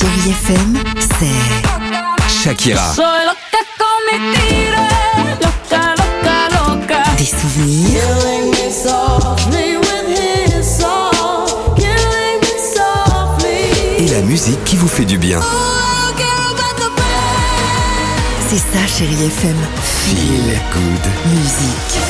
Chérie FM, c'est Shakira. Des souvenirs. Et la musique qui vous fait du bien. C'est ça, Chérie FM. Feel good. Musique.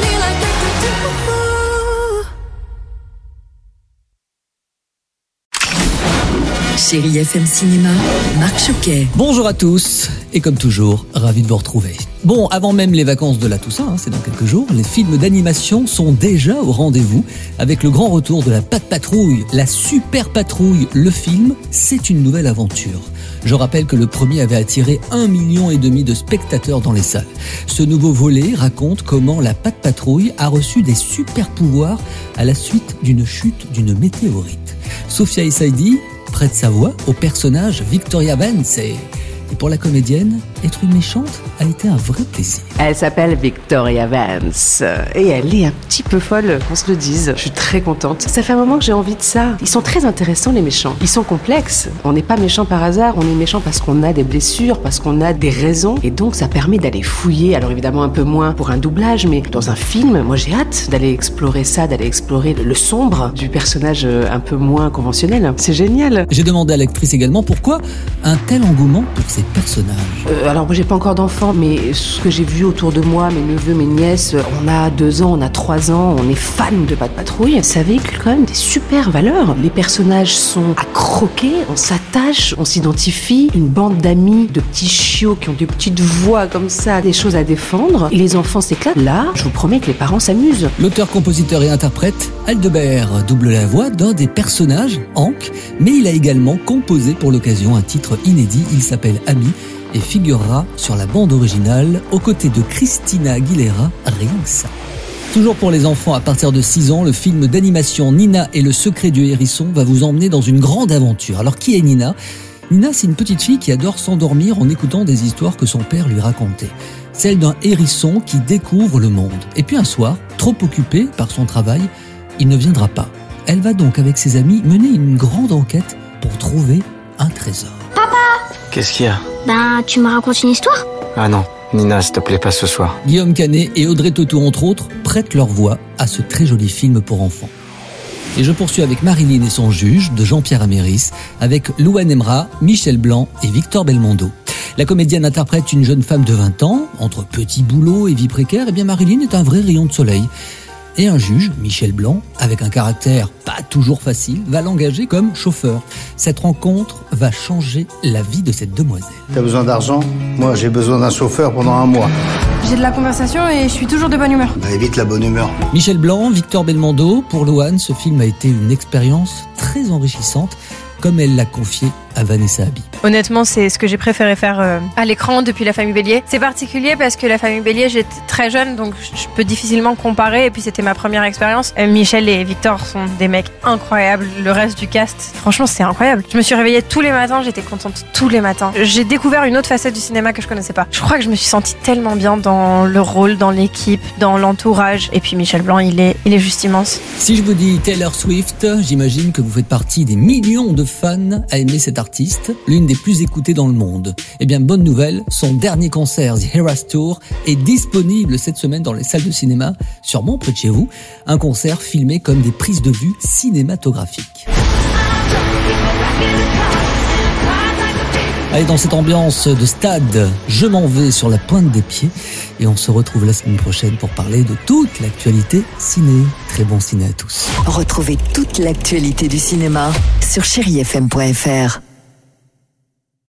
Chérie FM Cinéma, Marc Choquet. Bonjour à tous, et comme toujours, ravi de vous retrouver. Bon, avant même les vacances de la Toussaint, c'est dans quelques jours, les films d'animation sont déjà au rendez-vous avec le grand retour de la Pat' Patrouille, la Super Patrouille. Le film, c'est une nouvelle aventure. Je rappelle que le premier avait attiré 1,5 million de spectateurs dans les salles. Ce nouveau volet raconte comment la Pat' Patrouille a reçu des super pouvoirs à la suite d'une chute d'une météorite. Sophia Essaidi prête sa voix au personnage Victoria Vance. Et pour la comédienne, être une méchante a été un vrai plaisir. Elle s'appelle Victoria Vance et elle est un petit peu folle, qu'on se le dise. Je suis très contente. Ça fait un moment que j'ai envie de ça. Ils sont très intéressants, les méchants. Ils sont complexes. On n'est pas méchant par hasard, on est méchant parce qu'on a des blessures, parce qu'on a des raisons. Et donc ça permet d'aller fouiller, alors évidemment un peu moins pour un doublage, mais dans un film, moi j'ai hâte d'aller explorer ça, d'aller explorer le sombre du personnage un peu moins conventionnel. C'est génial. J'ai demandé à l'actrice également pourquoi un tel engouement pour ces personnages. Alors moi j'ai pas encore d'enfants, mais ce que j'ai vu autour de moi, mes neveux, mes nièces, on a 2 ans, on a 3 ans, on est fans de Pat' Patrouille. Ça véhicule quand même des super valeurs. Les personnages sont à croquer, on s'attache, on s'identifie. Une bande d'amis, de petits chiots qui ont des petites voix comme ça, des choses à défendre. Et les enfants s'éclatent. Là, je vous promets que les parents s'amusent. L'auteur, compositeur et interprète Aldebert double la voix d'un des personnages, Hank, mais il a également composé pour l'occasion un titre inédit. Il s'appelle Ami et figurera sur la bande originale aux côtés de Christina Aguilera, rien que ça. Toujours pour les enfants à partir de 6 ans, le film d'animation Nina et le secret du hérisson va vous emmener dans une grande aventure. Alors qui est Nina ? Nina, c'est une petite fille qui adore s'endormir en écoutant des histoires que son père lui racontait. Celle d'un hérisson qui découvre le monde. Et puis un soir, trop occupé par son travail, il ne viendra pas. Elle va donc avec ses amis mener une grande enquête pour trouver un trésor. Qu'est-ce qu'il y a ? Tu me racontes une histoire ? Ah non, Nina, s'il te plaît, pas ce soir. Guillaume Canet et Audrey Tautou, entre autres, prêtent leur voix à ce très joli film pour enfants. Et je poursuis avec Marilyn et son juge de Jean-Pierre Améris, avec Louane Emra, Michel Blanc et Victor Belmondo. La comédienne interprète une jeune femme de 20 ans, entre petit boulot et vie précaire. Et bien Marilyn est un vrai rayon de soleil. Et un juge, Michel Blanc, avec un caractère pas toujours facile, va l'engager comme chauffeur. Cette rencontre va changer la vie de cette demoiselle. T'as besoin d'argent ? Moi, j'ai besoin d'un chauffeur pendant 1 mois. J'ai de la conversation et je suis toujours de bonne humeur. Évite la bonne humeur. Michel Blanc, Victor Belmondo, pour Louane, ce film a été une expérience très enrichissante, comme elle l'a confié à Vanessa Habib. Honnêtement, c'est ce que j'ai préféré faire à l'écran depuis La Famille Bélier. C'est particulier parce que La Famille Bélier, j'étais très jeune, donc je peux difficilement comparer. Et puis c'était ma première expérience. Michel et Victor sont des mecs incroyables. Le reste du cast, franchement, c'est incroyable. Je me suis réveillée tous les matins, j'étais contente tous les matins. J'ai découvert une autre facette du cinéma que je connaissais pas. Je crois que je me suis sentie tellement bien dans le rôle, dans l'équipe, dans l'entourage. Et puis Michel Blanc, il est juste immense. Si je vous dis Taylor Swift, j'imagine que vous faites partie des millions de fans à aimer cet artiste, l'une des plus écoutées dans le monde. Eh bien, bonne nouvelle, son dernier concert, The Eras Tour, est disponible cette semaine dans les salles de cinéma, sûrement près de chez vous. Un concert filmé comme des prises de vue cinématographiques. Allez, dans cette ambiance de stade, je m'en vais sur la pointe des pieds et on se retrouve la semaine prochaine pour parler de toute l'actualité ciné. Très bon ciné à tous. Retrouvez toute l'actualité du cinéma sur chérifm.fr.